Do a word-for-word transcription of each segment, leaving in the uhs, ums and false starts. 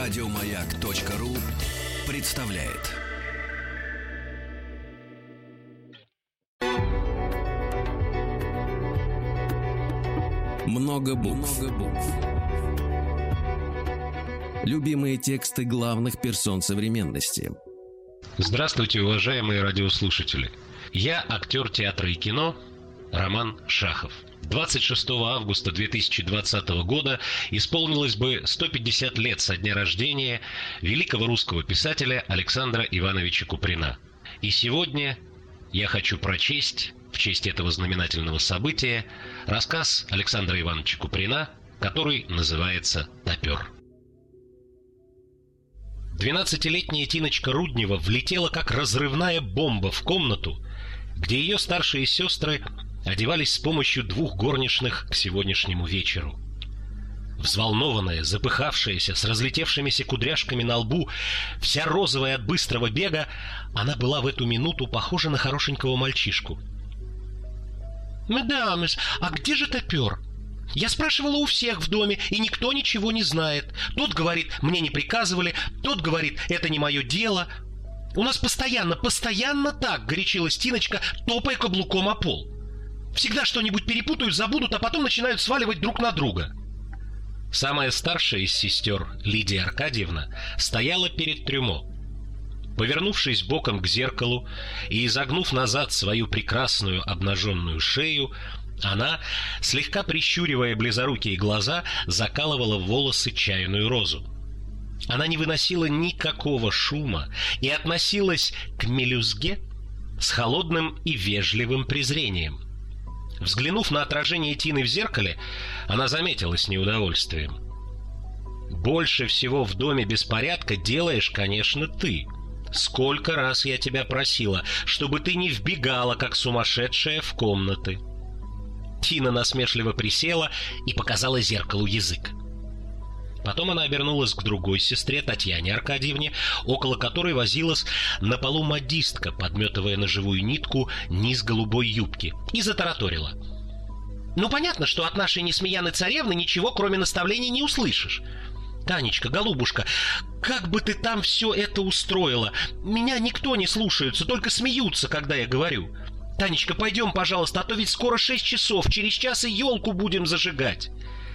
Радиомаяк.ру представляет. Много букв. Много букв. Любимые тексты главных персон современности. Здравствуйте, уважаемые радиослушатели. Я актер театра и кино Роман Шахов. двадцать шестого августа две тысячи двадцатого года исполнилось бы сто пятьдесят лет со дня рождения великого русского писателя Александра Ивановича Куприна. И сегодня я хочу прочесть в честь этого знаменательного события рассказ Александра Ивановича Куприна, который называется «Топер». Двенадцатилетняя Тиночка Руднева влетела как разрывная бомба в комнату, где ее старшие сестры одевались с помощью двух горничных к сегодняшнему вечеру. Взволнованная, запыхавшаяся, с разлетевшимися кудряшками на лбу, вся розовая от быстрого бега, она была в эту минуту похожа на хорошенького мальчишку. «Мадамс, а где же топер? Я спрашивала у всех в доме, и никто ничего не знает. Тот говорит, мне не приказывали, тот говорит, это не мое дело. У нас постоянно, постоянно так», — горячилась Тиночка, топая каблуком о пол. «Всегда что-нибудь перепутают, забудут, а потом начинают сваливать друг на друга». Самая старшая из сестер, Лидия Аркадьевна, стояла перед трюмо. Повернувшись боком к зеркалу и изогнув назад свою прекрасную обнаженную шею, она, слегка прищуривая близорукие глаза, закалывала в волосы чайную розу. Она не выносила никакого шума и относилась к мелюзге с холодным и вежливым презрением. Взглянув на отражение Тины в зеркале, она заметила с неудовольствием: «Больше всего в доме беспорядка делаешь, конечно, ты. Сколько раз я тебя просила, чтобы ты не вбегала, как сумасшедшая, в комнаты». Тина насмешливо присела и показала зеркалу язык. Потом она обернулась к другой сестре, Татьяне Аркадьевне, около которой возилась на полу модистка, подметывая на живую нитку низ голубой юбки, и затараторила: «Ну, понятно, что от нашей Несмеяны царевны ничего, кроме наставлений, не услышишь. Танечка, голубушка, как бы ты там все это устроила? Меня никто не слушается, только смеются, когда я говорю. Танечка, пойдем, пожалуйста, а то ведь скоро шесть часов, через час и елку будем зажигать».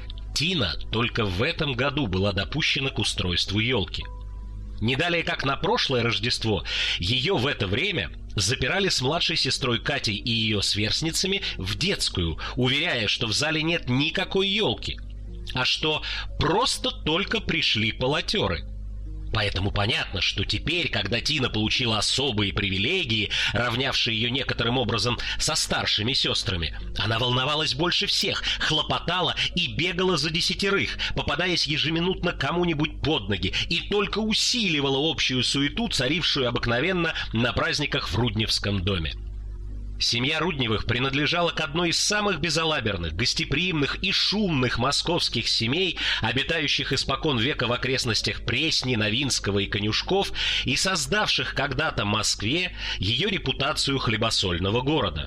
Тина только в этом году была допущена к устройству елки. Не далее, как на прошлое Рождество, ее в это время запирали с младшей сестрой Катей и ее сверстницами в детскую, уверяя, что в зале нет никакой елки, а что просто только пришли полотеры. Поэтому понятно, что теперь, когда Тина получила особые привилегии, равнявшие ее некоторым образом со старшими сестрами, она волновалась больше всех, хлопотала и бегала за десятерых, попадаясь ежеминутно кому-нибудь под ноги, и только усиливала общую суету, царившую обыкновенно на праздниках в Рудневском доме. Семья Рудневых принадлежала к одной из самых безалаберных, гостеприимных и шумных московских семей, обитающих испокон века в окрестностях Пресни, Новинского и Конюшков, и создавших когда-то Москве ее репутацию хлебосольного города.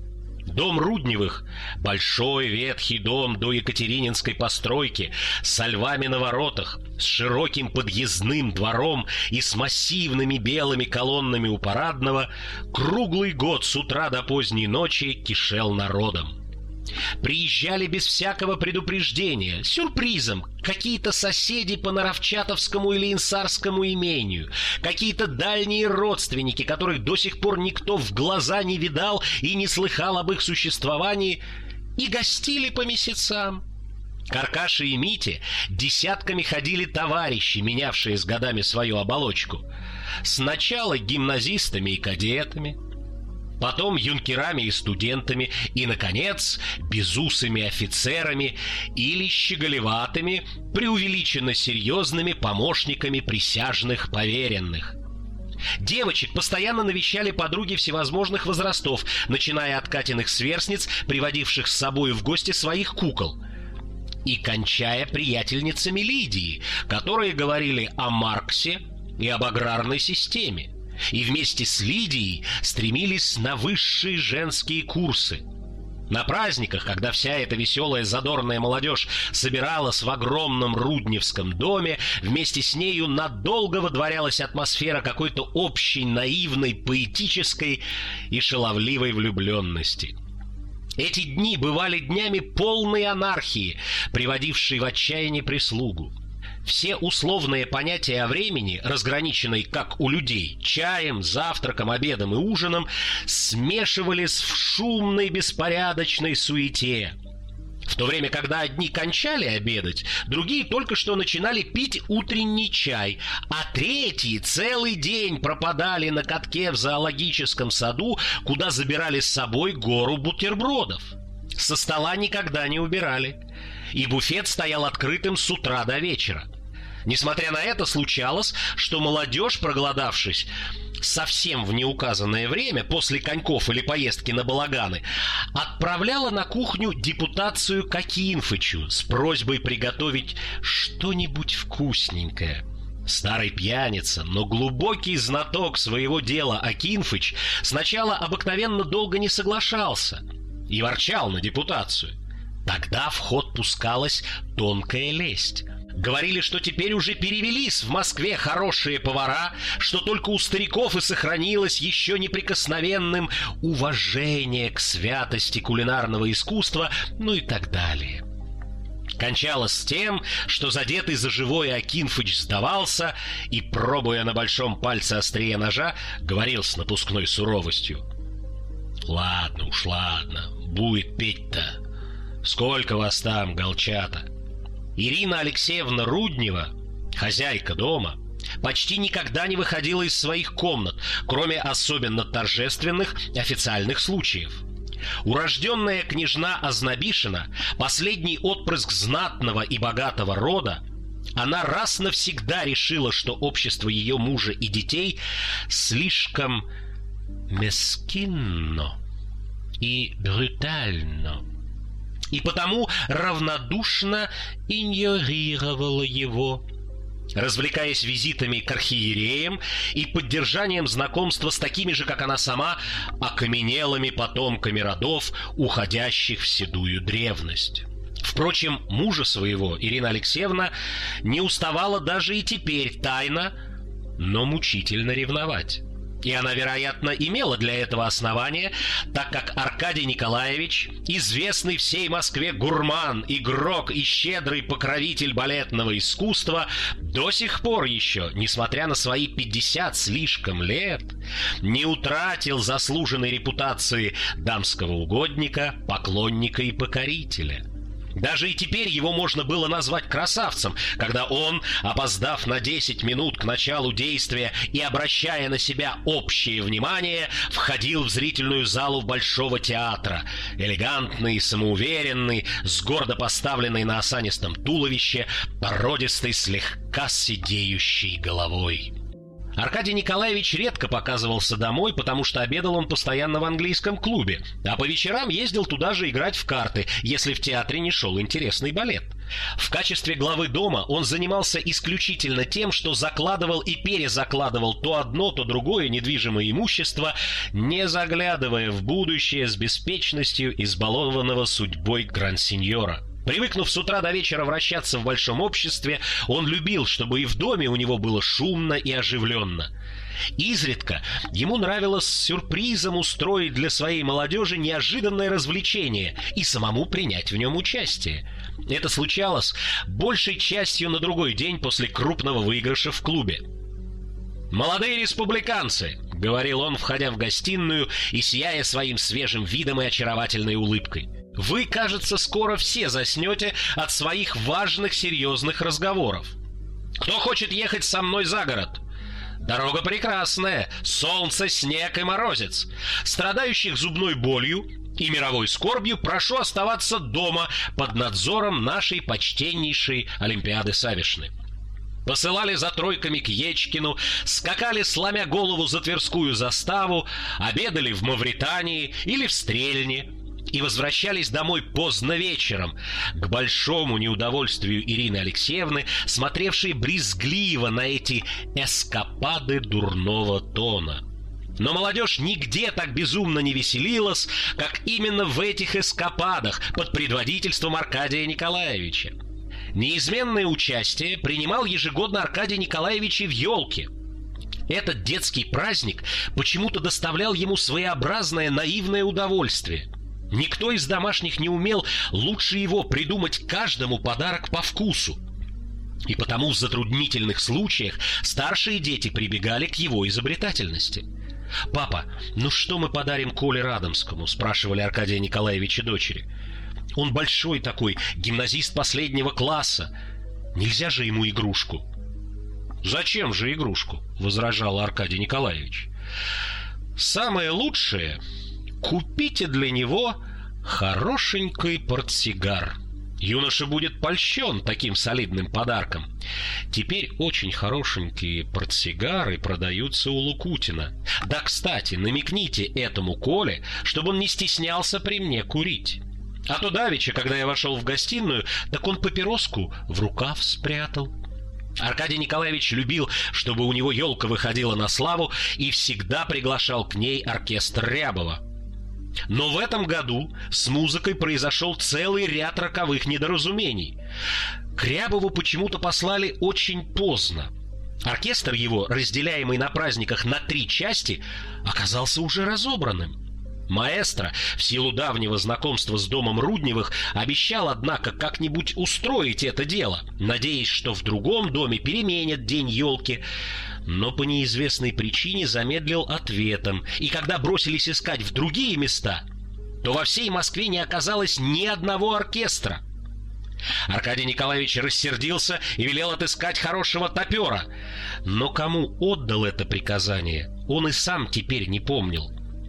Дом Рудневых – большой ветхий дом до екатерининской постройки, со львами на воротах, с широким подъездным двором и с массивными белыми колоннами у парадного, круглый год с утра до поздней ночи кишел народом. Приезжали без всякого предупреждения, сюрпризом, какие-то соседи по Наровчатовскому или Инсарскому имению, какие-то дальние родственники, которых до сих пор никто в глаза не видал и не слыхал об их существовании, и гостили по месяцам. К Аркаше и Мите десятками ходили товарищи, менявшие с годами свою оболочку. Сначала гимназистами и кадетами, потом юнкерами и студентами, и, наконец, безусыми офицерами или щеголеватыми, преувеличенно серьезными помощниками присяжных поверенных. Девочек постоянно навещали подруги всевозможных возрастов, начиная от Катиных сверстниц, приводивших с собой в гости своих кукол, и кончая приятельницами Лидии, которые говорили о Марксе и об аграрной системе, и вместе с Лидией стремились на высшие женские курсы. На праздниках, когда вся эта веселая задорная молодежь собиралась в огромном Рудневском доме, вместе с нею надолго водворялась атмосфера какой-то общей, наивной, поэтической и шаловливой влюбленности. Эти дни бывали днями полной анархии, приводившей в отчаяние прислугу. Все условные понятия о времени, разграниченные, как у людей, чаем, завтраком, обедом и ужином, смешивались в шумной беспорядочной суете. В то время, когда одни кончали обедать, другие только что начинали пить утренний чай, а третьи целый день пропадали на катке в зоологическом саду, куда забирали с собой гору бутербродов. Со стола никогда не убирали, и буфет стоял открытым с утра до вечера. Несмотря на это, случалось, что молодежь, проголодавшись совсем в неуказанное время, после коньков или поездки на балаганы, отправляла на кухню депутацию к Акинфычу с просьбой приготовить что-нибудь вкусненькое. Старый пьяница, но глубокий знаток своего дела Акинфыч сначала обыкновенно долго не соглашался и ворчал на депутацию. Тогда в ход пускалась тонкая лесть. Говорили, что теперь уже перевелись в Москве хорошие повара, что только у стариков и сохранилось еще неприкосновенным уважение к святости кулинарного искусства, ну и так далее. Кончалось с тем, что задетый за живое Акинфыч сдавался и, пробуя на большом пальце острие ножа, говорил с напускной суровостью: «Ладно уж, ладно, будет петь-то. Сколько вас там, голчата?» Ирина Алексеевна Руднева, хозяйка дома, почти никогда не выходила из своих комнат, кроме особенно торжественных официальных случаев. Урожденная княжна Ознобишина, последний отпрыск знатного и богатого рода, она раз навсегда решила, что общество ее мужа и детей слишком мескинно и брутально, и потому равнодушно игнорировала его, развлекаясь визитами к архиереям и поддержанием знакомства с такими же, как она сама, окаменелыми потомками родов, уходящих в седую древность. Впрочем, мужа своего Ирина Алексеевна не уставала даже и теперь тайно, но мучительно ревновать. И она, вероятно, имела для этого основание, так как Аркадий Николаевич, известный всей Москве гурман, игрок и щедрый покровитель балетного искусства, до сих пор еще, несмотря на свои пятьдесят слишком лет, не утратил заслуженной репутации дамского угодника, поклонника и покорителя. Даже и теперь его можно было назвать красавцем, когда он, опоздав на десять минут к началу действия и обращая на себя общее внимание, входил в зрительную залу Большого театра, элегантный, самоуверенный, с гордо поставленной на осанистом туловище, породистой, слегка сидеющей головой. Аркадий Николаевич редко показывался домой, потому что обедал он постоянно в английском клубе, а по вечерам ездил туда же играть в карты, если в театре не шел интересный балет. В качестве главы дома он занимался исключительно тем, что закладывал и перезакладывал то одно, то другое недвижимое имущество, не заглядывая в будущее с беспечностью избалованного судьбой гранд-сеньора. Привыкнув с утра до вечера вращаться в большом обществе, он любил, чтобы и в доме у него было шумно и оживленно. Изредка ему нравилось с сюрпризом устроить для своей молодежи неожиданное развлечение и самому принять в нем участие. Это случалось большей частью на другой день после крупного выигрыша в клубе. «Молодые республиканцы», — говорил он, входя в гостиную и сияя своим свежим видом и очаровательной улыбкой, «вы, кажется, скоро все заснете от своих важных серьезных разговоров. Кто хочет ехать со мной за город? Дорога прекрасная, солнце, снег и морозец. Страдающих зубной болью и мировой скорбью прошу оставаться дома под надзором нашей почтеннейшей Олимпиады Савишны». Посылали за тройками к Ечкину, скакали, сломя голову, за Тверскую заставу, обедали в Мавритании или в Стрельне и возвращались домой поздно вечером, к большому неудовольствию Ирины Алексеевны, смотревшей брезгливо на эти эскапады дурного тона. Но молодежь нигде так безумно не веселилась, как именно в этих эскападах под предводительством Аркадия Николаевича. Неизменное участие принимал ежегодно Аркадий Николаевич и в елке. Этот детский праздник почему-то доставлял ему своеобразное наивное удовольствие. Никто из домашних не умел лучше его придумать каждому подарок по вкусу. И потому в затруднительных случаях старшие дети прибегали к его изобретательности. «Папа, ну что мы подарим Коле Радомскому?» — спрашивали Аркадия Николаевича дочери. «Он большой такой, гимназист последнего класса. Нельзя же ему игрушку». «Зачем же игрушку?» — возражал Аркадий Николаевич. «Самое лучшее — купите для него хорошенький портсигар. Юноша будет польщен таким солидным подарком. Теперь очень хорошенькие портсигары продаются у Лукутина. Да, кстати, намекните этому Коле, чтобы он не стеснялся при мне курить. А то давеча, когда я вошел в гостиную, так он папироску в рукав спрятал». Аркадий Николаевич любил, чтобы у него елка выходила на славу, и всегда приглашал к ней оркестр Рябова. Но в этом году с музыкой произошел целый ряд роковых недоразумений. К Рябову почему-то послали очень поздно. Оркестр его, разделяемый на праздниках на три части, оказался уже разобранным. Маэстро, в силу давнего знакомства с домом Рудневых, обещал, однако, как-нибудь устроить это дело, надеясь, что в другом доме переменят день елки, но по неизвестной причине замедлил ответом, и когда бросились искать в другие места, то во всей Москве не оказалось ни одного оркестра. Аркадий Николаевич рассердился и велел отыскать хорошего топера, но кому отдал это приказание, он и сам теперь не помнил.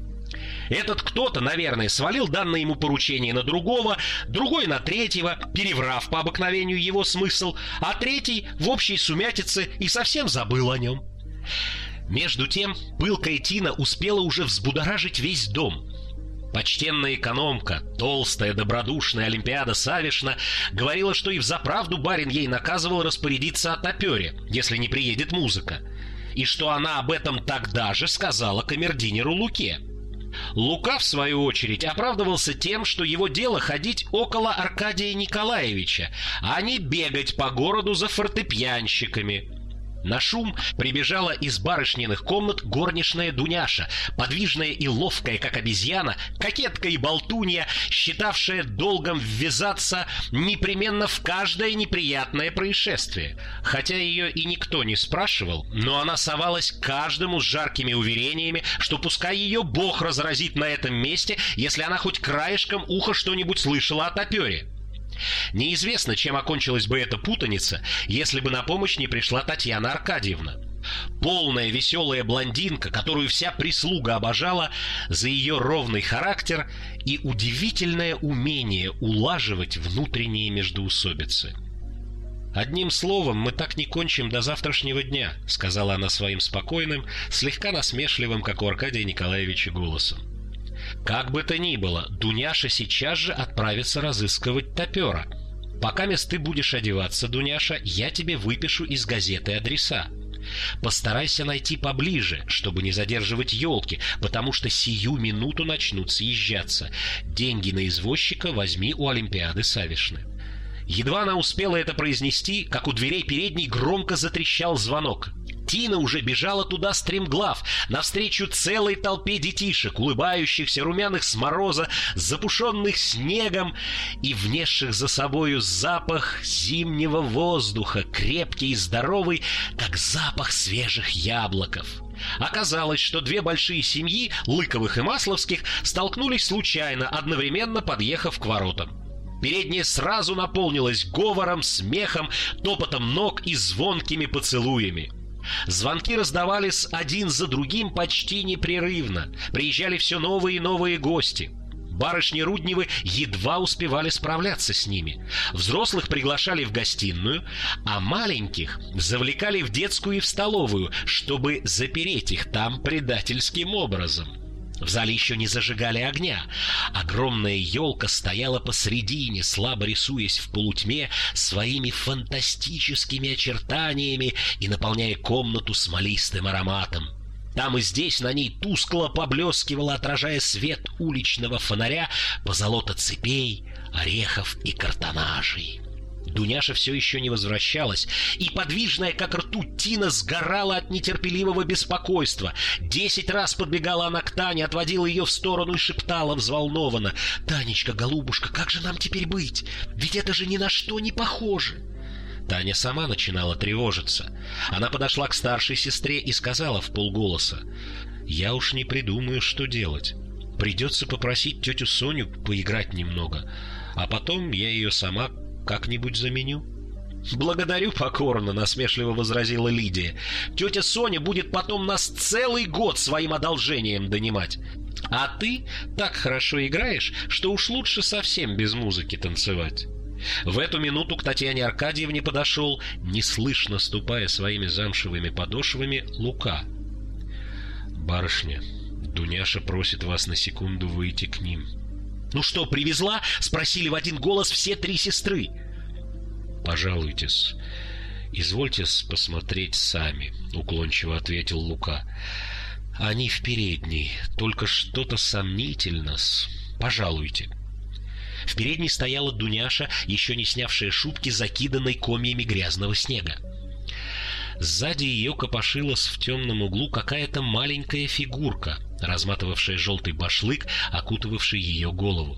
Этот кто-то, наверное, свалил данное ему поручение на другого, другой на третьего, переврав по обыкновению его смысл, а третий в общей сумятице и совсем забыл о нем. Между тем пылкая Тина успела уже взбудоражить весь дом. Почтенная экономка, толстая, добродушная Олимпиада Савишна, говорила, что и взаправду барин ей наказывал распорядиться о топере, если не приедет музыка, и что она об этом тогда же сказала камердинеру Луке. Лука, в свою очередь, оправдывался тем, что его дело ходить около Аркадия Николаевича, а не бегать по городу за фортепьянщиками. На шум прибежала из барышниных комнат горничная Дуняша, подвижная и ловкая, как обезьяна, кокетка и болтунья, считавшая долгом ввязаться непременно в каждое неприятное происшествие. Хотя ее и никто не спрашивал, но она совалась каждому с жаркими уверениями, что пускай ее Бог разразит на этом месте, если она хоть краешком уха что-нибудь слышала о топере. Неизвестно, чем окончилась бы эта путаница, если бы на помощь не пришла Татьяна Аркадьевна. Полная веселая блондинка, которую вся прислуга обожала за ее ровный характер и удивительное умение улаживать внутренние междоусобицы. «Одним словом, мы так не кончим до завтрашнего дня», — сказала она своим спокойным, слегка насмешливым, как у Аркадия Николаевича, голосом. «Как бы то ни было, Дуняша сейчас же отправится разыскивать топера. Пока мест ты будешь одеваться, Дуняша, я тебе выпишу из газеты адреса. Постарайся найти поближе, чтобы не задерживать елки, потому что сию минуту начнут съезжаться. Деньги на извозчика возьми у Олимпиады Савишны». Едва она успела это произнести, как у дверей передней громко затрещал звонок. Тина уже бежала туда стремглав, навстречу целой толпе детишек, улыбающихся, румяных с мороза, запушенных снегом и внесших за собою запах зимнего воздуха, крепкий и здоровый, как запах свежих яблоков. Оказалось, что две большие семьи, Лыковых и Масловских, столкнулись случайно, одновременно подъехав к воротам. Передняя сразу наполнилась говором, смехом, топотом ног и звонкими поцелуями. Звонки раздавались один за другим почти непрерывно. Приезжали все новые и новые гости. Барышни Рудневы едва успевали справляться с ними. Взрослых приглашали в гостиную, а маленьких завлекали в детскую и в столовую, чтобы запереть их там предательским образом. В зале еще не зажигали огня. Огромная елка стояла посредине, слабо рисуясь в полутьме своими фантастическими очертаниями и наполняя комнату смолистым ароматом. Там и здесь на ней тускло поблескивало, отражая свет уличного фонаря, позолота цепей, орехов и картонажей. Дуняша все еще не возвращалась, и подвижная, как ртуть, Тина сгорала от нетерпеливого беспокойства. Десять раз подбегала она к Тане, отводила ее в сторону и шептала взволнованно: «Танечка, голубушка, как же нам теперь быть? Ведь это же ни на что не похоже!» Таня сама начинала тревожиться. Она подошла к старшей сестре и сказала вполголоса: «Я уж не придумаю, что делать. Придется попросить тетю Соню поиграть немного, а потом я ее сама как-нибудь заменю». «Благодарю покорно», — насмешливо возразила Лидия. «Тетя Соня будет потом нас целый год своим одолжением донимать. А ты так хорошо играешь, что уж лучше совсем без музыки танцевать». В эту минуту к Татьяне Аркадьевне подошел, неслышно ступая своими замшевыми подошвами, Лука. «Барышня, Дуняша просит вас на секунду выйти к ним». «Ну что, привезла?» — спросили в один голос все три сестры. «Пожалуйтесь, извольтесь посмотреть сами», — уклончиво ответил Лука. «Они в передней, только что-то сомнительно-с. Пожалуйте». В передней стояла Дуняша, еще не снявшая шубки, закиданной комьями грязного снега. Сзади ее копошилась в темном углу какая-то маленькая фигурка, разматывавшая желтый башлык, окутывавший ее голову.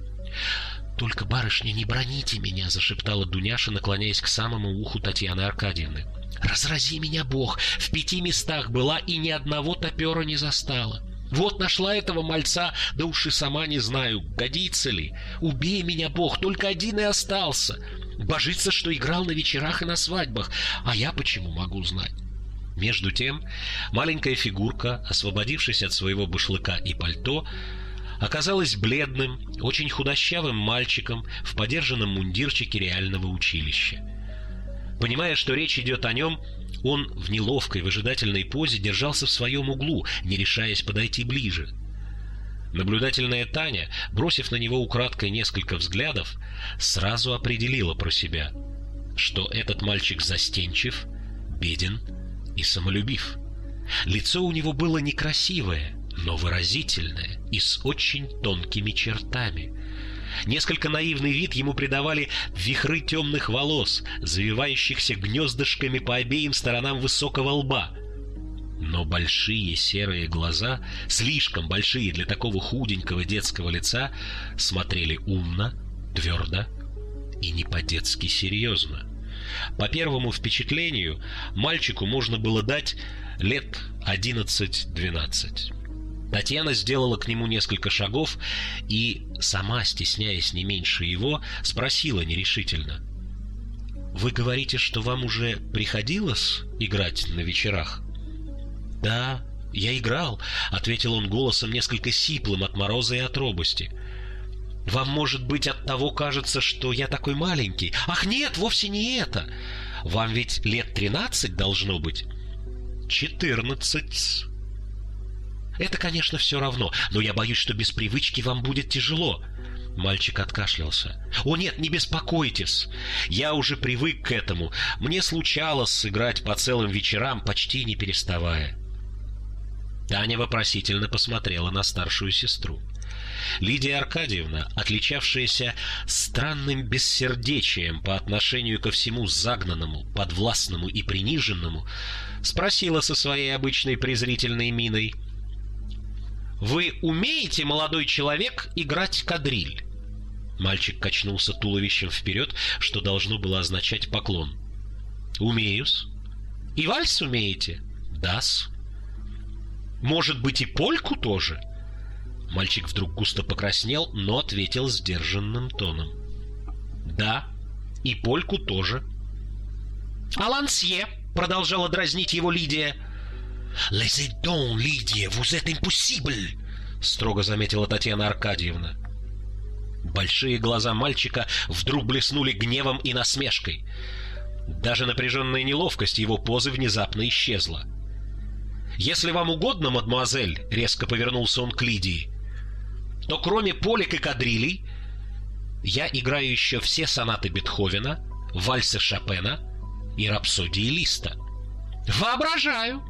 «Только, барышня, не броните меня!» — зашептала Дуняша, наклоняясь к самому уху Татьяны Аркадьевны. «Разрази меня Бог! В пяти местах была и ни одного топера не застала. Вот нашла этого мальца, да уж и сама не знаю, годится ли. Убей меня, Бог, только один и остался. Божится, что играл на вечерах и на свадьбах, а я почему могу знать?» Между тем маленькая фигурка, освободившись от своего башлыка и пальто, оказалась бледным, очень худощавым мальчиком в подержанном мундирчике реального училища. Понимая, что речь идет о нем, он в неловкой выжидательной позе держался в своем углу, не решаясь подойти ближе. Наблюдательная Таня, бросив на него украдкой несколько взглядов, сразу определила про себя, что этот мальчик застенчив, беден и самолюбив. Лицо у него было некрасивое, но выразительное и с очень тонкими чертами. Несколько наивный вид ему придавали вихры темных волос, завивающихся гнездышками по обеим сторонам высокого лба. Но большие серые глаза, слишком большие для такого худенького детского лица, смотрели умно, твердо и не по-детски серьезно. По первому впечатлению мальчику можно было дать лет одиннадцать-двенадцать. Татьяна сделала к нему несколько шагов и, сама стесняясь не меньше его, спросила нерешительно: «Вы говорите, что вам уже приходилось играть на вечерах?» «Да, я играл», — ответил он голосом несколько сиплым от мороза и от робости. «Вам, может быть, от того кажется, что я такой маленький? Ах, нет, вовсе не это! Вам ведь лет тринадцать должно быть?» «Четырнадцать». «Это, конечно, все равно, но я боюсь, что без привычки вам будет тяжело». Мальчик откашлялся. «О нет, не беспокойтесь, я уже привык к этому. Мне случалось сыграть по целым вечерам, почти не переставая». Таня вопросительно посмотрела на старшую сестру. Лидия Аркадьевна, отличавшаяся странным бессердечием по отношению ко всему загнанному, подвластному и приниженному, спросила со своей обычной презрительной миной: «Вы умеете, молодой человек, играть кадриль?» Мальчик качнулся туловищем вперед, что должно было означать поклон. «Умею-с». «И вальс умеете?» «Да-с». «Может быть, и польку тоже?» Мальчик вдруг густо покраснел, но ответил сдержанным тоном: «Да, и польку тоже». «А лансье?» — продолжала дразнить его Лидия. «Laissez donc, Лидия, vous êtes impossible!» — строго заметила Татьяна Аркадьевна. Большие глаза мальчика вдруг блеснули гневом и насмешкой. Даже напряженная неловкость его позы внезапно исчезла. «Если вам угодно, мадемуазель», — резко повернулся он к Лидии, «то кроме полек и кадрилей я играю еще все сонаты Бетховена, вальсы Шопена и рапсодии Листа». «Воображаю!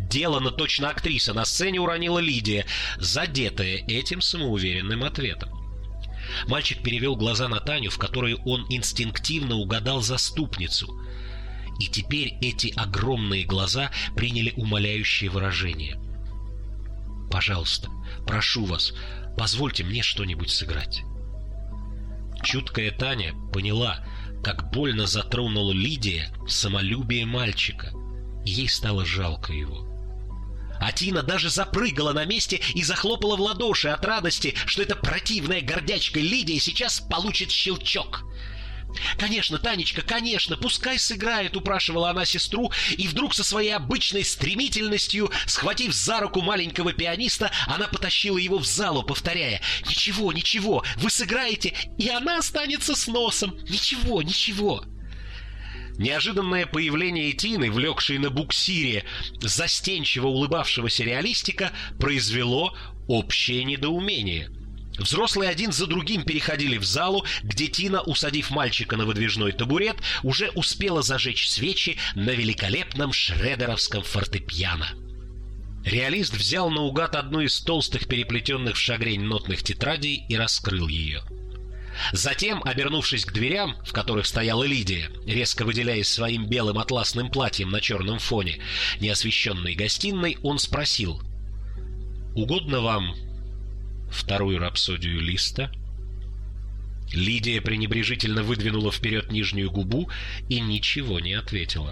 отделана точно актриса, на сцене уронила Лидия, задетая этим самоуверенным ответом. Мальчик перевел глаза на Таню, в которые он инстинктивно угадал заступницу. И теперь эти огромные глаза приняли умоляющее выражение. «Пожалуйста, прошу вас, позвольте мне что-нибудь сыграть». Чуткая Таня поняла, как больно затронула Лидия самолюбие мальчика, и ей стало жалко его. А Тина даже запрыгала на месте и захлопала в ладоши от радости, что эта противная гордячка Лидия сейчас получит щелчок. «Конечно, Танечка, конечно, пускай сыграет», — упрашивала она сестру, и вдруг со своей обычной стремительностью, схватив за руку маленького пианиста, она потащила его в залу, повторяя: «Ничего, ничего, вы сыграете, и она останется с носом. Ничего, ничего». Неожиданное появление Тины, влекшей на буксире застенчиво улыбавшегося реалистика, произвело общее недоумение. Взрослые один за другим переходили в залу, где Тина, усадив мальчика на выдвижной табурет, уже успела зажечь свечи на великолепном шредеровском фортепиано. Реалист взял наугад одну из толстых переплетенных в шагрень нотных тетрадей и раскрыл ее. Затем, обернувшись к дверям, в которых стояла Лидия, резко выделяясь своим белым атласным платьем на черном фоне неосвещенной гостиной, он спросил: «Угодно вам вторую рапсодию Листа?» Лидия пренебрежительно выдвинула вперед нижнюю губу и ничего не ответила.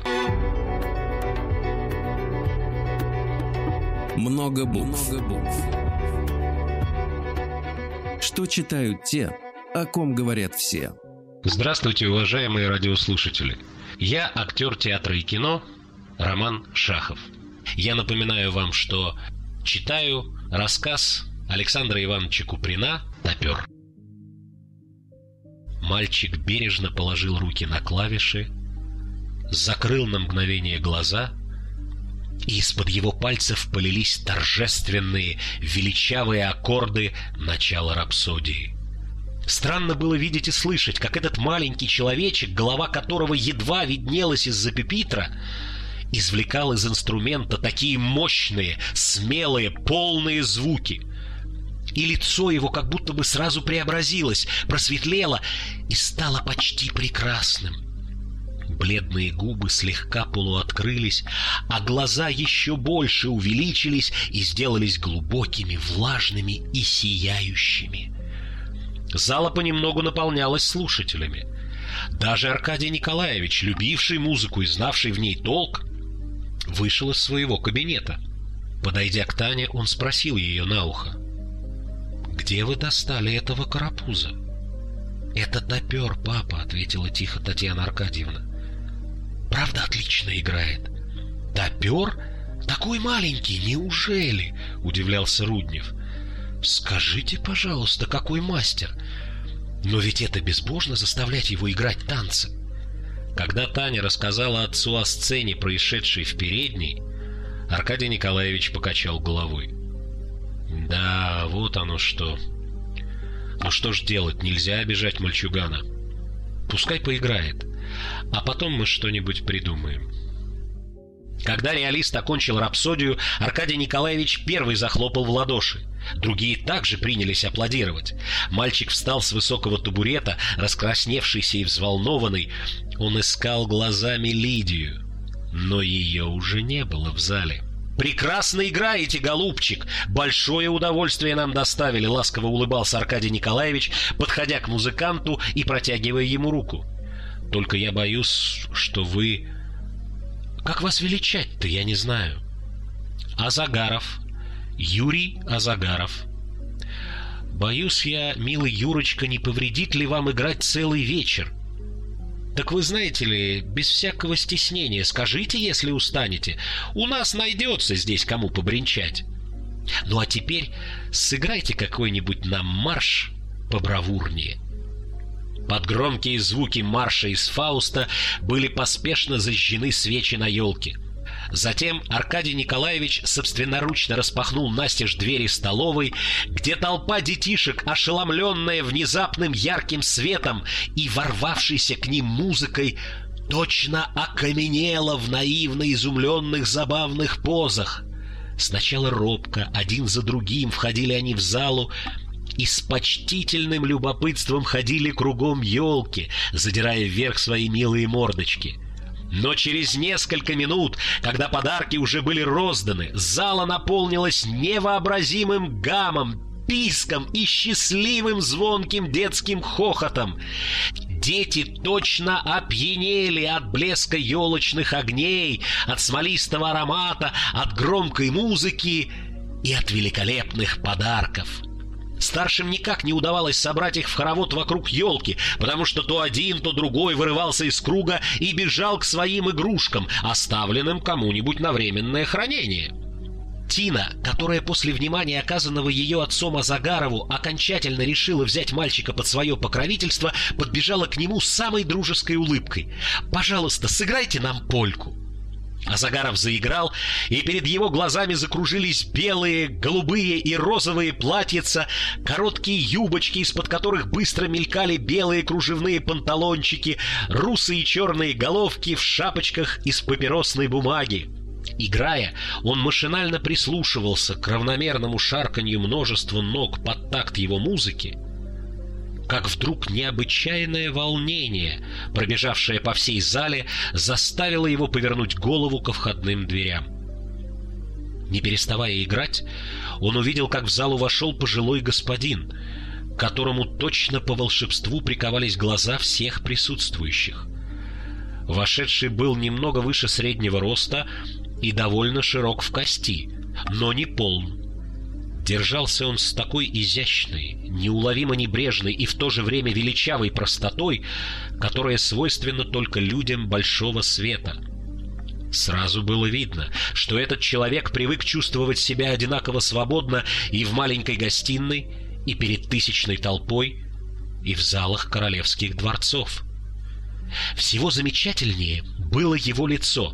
Много букв. Много букв. Что читают те, о ком говорят все? Здравствуйте, уважаемые радиослушатели. Я актер театра и кино Роман Шахов. Я напоминаю вам, что читаю рассказ Александра Ивановича Куприна «Топер». Мальчик бережно положил руки на клавиши, закрыл на мгновение глаза, и из-под его пальцев полились торжественные, величавые аккорды начала рапсодии. Странно было видеть и слышать, как этот маленький человечек, голова которого едва виднелась из-за пюпитра, извлекал из инструмента такие мощные, смелые, полные звуки. И лицо его как будто бы сразу преобразилось, просветлело и стало почти прекрасным. Бледные губы слегка полуоткрылись, а глаза еще больше увеличились и сделались глубокими, влажными и сияющими. Зала понемногу наполнялась слушателями. Даже Аркадий Николаевич, любивший музыку и знавший в ней толк, вышел из своего кабинета. Подойдя к Тане, он спросил ее на ухо: «Где вы достали этого карапуза?» «Это топер, папа», — ответила тихо Татьяна Аркадьевна. «Правда, отлично играет». «Топер? Такой маленький, неужели?» — удивлялся Руднев. «Скажите, пожалуйста, какой мастер? Но ведь это безбожно заставлять его играть танцы». Когда Таня рассказала отцу о сцене, происшедшей в передней, Аркадий Николаевич покачал головой. «Да, вот оно что. Ну что ж делать, нельзя обижать мальчугана. Пускай поиграет, а потом мы что-нибудь придумаем». Когда реалист окончил рапсодию, Аркадий Николаевич первый захлопал в ладоши. Другие также принялись аплодировать. Мальчик встал с высокого табурета, раскрасневшийся и взволнованный. Он искал глазами Лидию, но ее уже не было в зале. «Прекрасно играете, голубчик! Большое удовольствие нам доставили!» — ласково улыбался Аркадий Николаевич, подходя к музыканту и протягивая ему руку. «Только я боюсь, что вы... Как вас величать-то, я не знаю». «Азагаров. Юрий Азагаров». «Боюсь я, милый Юрочка, не повредит ли вам играть целый вечер? Так вы знаете ли, без всякого стеснения скажите, если устанете. У нас найдется здесь кому побренчать. Ну а теперь сыграйте какой-нибудь нам марш побравурнее». Под громкие звуки марша из Фауста были поспешно зажжены свечи на елке. Затем Аркадий Николаевич собственноручно распахнул настежь двери столовой, где толпа детишек, ошеломленная внезапным ярким светом и ворвавшейся к ним музыкой, точно окаменела в наивно изумленных забавных позах. Сначала робко, один за другим входили они в залу и с почтительным любопытством ходили кругом елки, задирая вверх свои милые мордочки. Но через несколько минут, когда подарки уже были розданы, зала наполнилась невообразимым гамом, писком и счастливым звонким детским хохотом. Дети точно опьянели от блеска елочных огней, от смолистого аромата, от громкой музыки и от великолепных подарков. Старшим никак не удавалось собрать их в хоровод вокруг елки, потому что то один, то другой вырывался из круга и бежал к своим игрушкам, оставленным кому-нибудь на временное хранение. Тина, которая после внимания, оказанного ее отцом Азагарову, окончательно решила взять мальчика под свое покровительство, подбежала к нему с самой дружеской улыбкой. «Пожалуйста, сыграйте нам польку». Азагаров заиграл, и перед его глазами закружились белые, голубые и розовые платьица, короткие юбочки, из-под которых быстро мелькали белые кружевные панталончики, русые черные головки в шапочках из папиросной бумаги. Играя, он машинально прислушивался к равномерному шарканью множества ног под такт его музыки, как вдруг необычайное волнение, пробежавшее по всей зале, заставило его повернуть голову ко входным дверям. Не переставая играть, он увидел, как в залу вошел пожилой господин, к которому точно по волшебству приковались глаза всех присутствующих. Вошедший был немного выше среднего роста и довольно широк в кости, но не полн. Держался он с такой изящной, неуловимо небрежной и в то же время величавой простотой, которая свойственна только людям большого света. Сразу было видно, что этот человек привык чувствовать себя одинаково свободно и в маленькой гостиной, и перед тысячной толпой, и в залах королевских дворцов. Всего замечательнее было его лицо.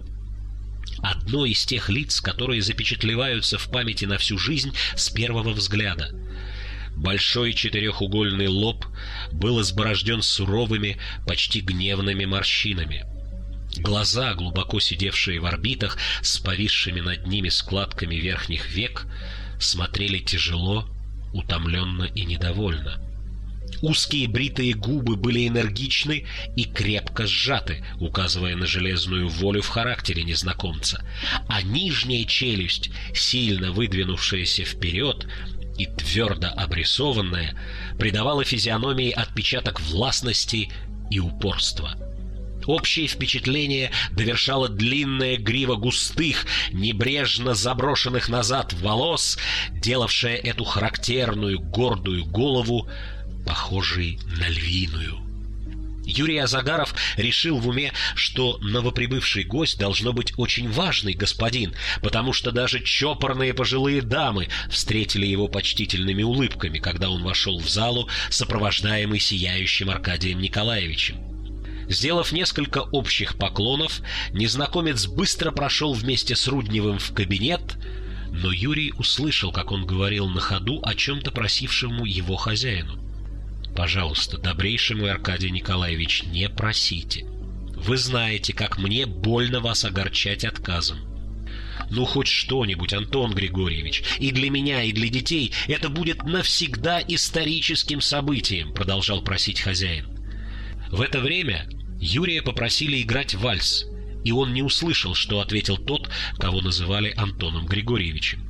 Одно из тех лиц, которые запечатлеваются в памяти на всю жизнь с первого взгляда. Большой четырехугольный лоб был изборожден суровыми, почти гневными морщинами. Глаза, глубоко сидевшие в орбитах, с повисшими над ними складками верхних век, смотрели тяжело, утомленно и недовольно. Узкие бритые губы были энергичны и крепко сжаты, указывая на железную волю в характере незнакомца, а нижняя челюсть, сильно выдвинувшаяся вперед и твердо обрисованная, придавала физиономии отпечаток властности и упорства. Общее впечатление довершала длинная грива густых, небрежно заброшенных назад волос, делавшая эту характерную гордую голову похожей на львиную. Юрий Азагаров решил в уме, что новоприбывший гость должно быть очень важный господин, потому что даже чопорные пожилые дамы встретили его почтительными улыбками, когда он вошел в залу, сопровождаемый сияющим Аркадием Николаевичем. Сделав несколько общих поклонов, незнакомец быстро прошел вместе с Рудневым в кабинет, но Юрий услышал, как он говорил на ходу о чем-то просившему его хозяину. «Пожалуйста, добрейший мой Аркадий Николаевич, не просите. Вы знаете, как мне больно вас огорчать отказом. Ну, хоть что-нибудь, Антон Григорьевич, и для меня, и для детей это будет навсегда историческим событием», — продолжал просить хозяин. В это время Юрия попросили играть вальс, и он не услышал, что ответил тот, кого называли Антоном Григорьевичем.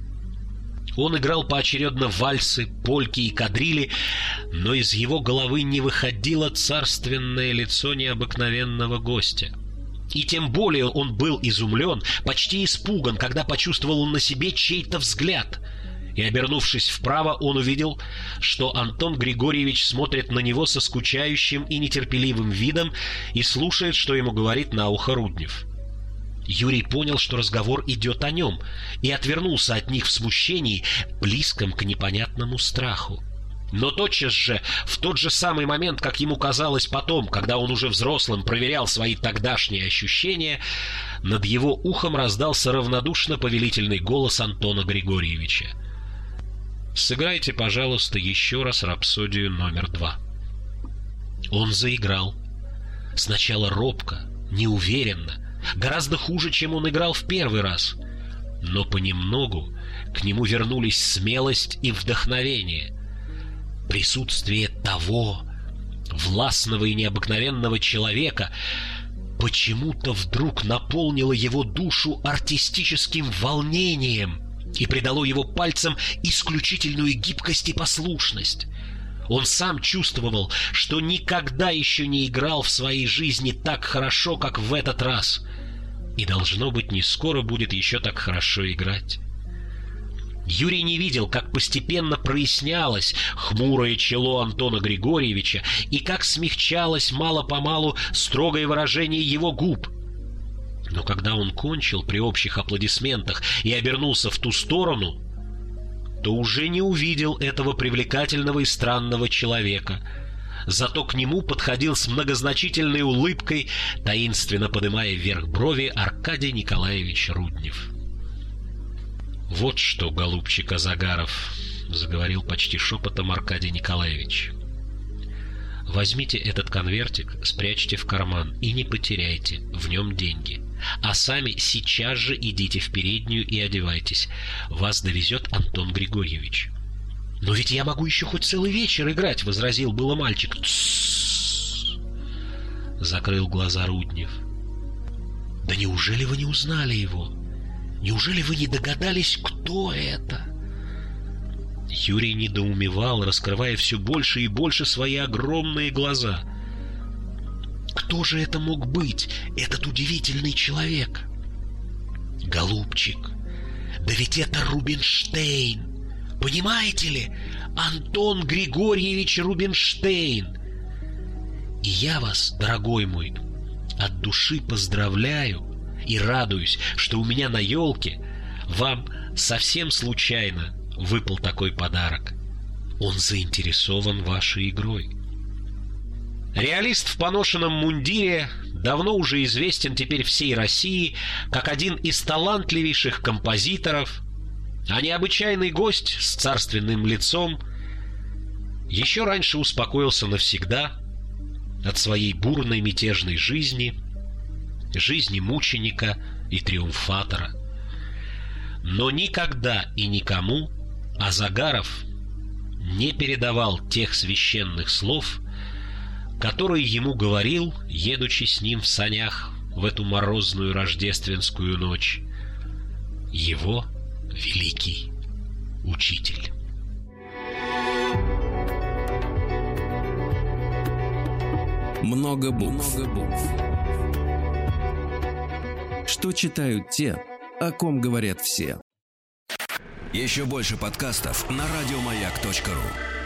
Он играл поочередно вальсы, польки и кадрили, но из его головы не выходило царственное лицо необыкновенного гостя. И тем более он был изумлен, почти испуган, когда почувствовал на себе чей-то взгляд. И, обернувшись вправо, он увидел, что Антон Григорьевич смотрит на него со скучающим и нетерпеливым видом и слушает, что ему говорит на ухо Руднев. Юрий понял, что разговор идет о нем, и отвернулся от них в смущении, близком к непонятному страху. Но тотчас же, в тот же самый момент, как ему казалось потом, когда он уже взрослым проверял свои тогдашние ощущения, над его ухом раздался равнодушно повелительный голос Антона Григорьевича. «Сыграйте, пожалуйста, еще раз рапсодию номер два». Он заиграл. Сначала робко, неуверенно, гораздо хуже, чем он играл в первый раз. Но понемногу к нему вернулись смелость и вдохновение. Присутствие того властного и необыкновенного человека почему-то вдруг наполнило его душу артистическим волнением и придало его пальцам исключительную гибкость и послушность. Он сам чувствовал, что никогда еще не играл в своей жизни так хорошо, как в этот раз, и, должно быть, не скоро будет еще так хорошо играть. Юрий не видел, как постепенно прояснялось хмурое чело Антона Григорьевича и как смягчалось мало-помалу строгое выражение его губ. Но когда он кончил при общих аплодисментах и обернулся в ту сторону, то уже не увидел этого привлекательного и странного человека. Зато к нему подходил с многозначительной улыбкой, таинственно подымая вверх брови, Аркадий Николаевич Руднев. «Вот что, голубчик Азагаров, — заговорил почти шепотом Аркадий Николаевич, — возьмите этот конвертик, спрячьте в карман и не потеряйте в нем деньги, а сами сейчас же идите в переднюю и одевайтесь. Вас довезет Антон Григорьевич». «Но ведь я могу еще хоть целый вечер играть, — возразил было мальчик. — Тссс! — закрыл глаза Руднев. «Да неужели вы не узнали его? Неужели вы не догадались, кто это?» Юрий недоумевал, раскрывая все больше и больше свои огромные глаза. Кто же это мог быть, этот удивительный человек? «Голубчик, да ведь это Рубинштейн! Понимаете ли, Антон Григорьевич Рубинштейн! И я вас, дорогой мой, от души поздравляю и радуюсь, что у меня на елке вам совсем случайно выпал такой подарок. Он заинтересован вашей игрой». Реалист в поношенном мундире давно уже известен теперь всей России как один из талантливейших композиторов, а необычайный гость с царственным лицом еще раньше успокоился навсегда от своей бурной мятежной жизни, жизни мученика и триумфатора. Но никогда и никому Азагаров не передавал тех священных слов, которые ему говорил, едучи с ним в санях в эту морозную рождественскую ночь, его великий учитель. Много букв. Много букв. Что читают те, о ком говорят все. Еще больше подкастов на радиомаяк точка ру.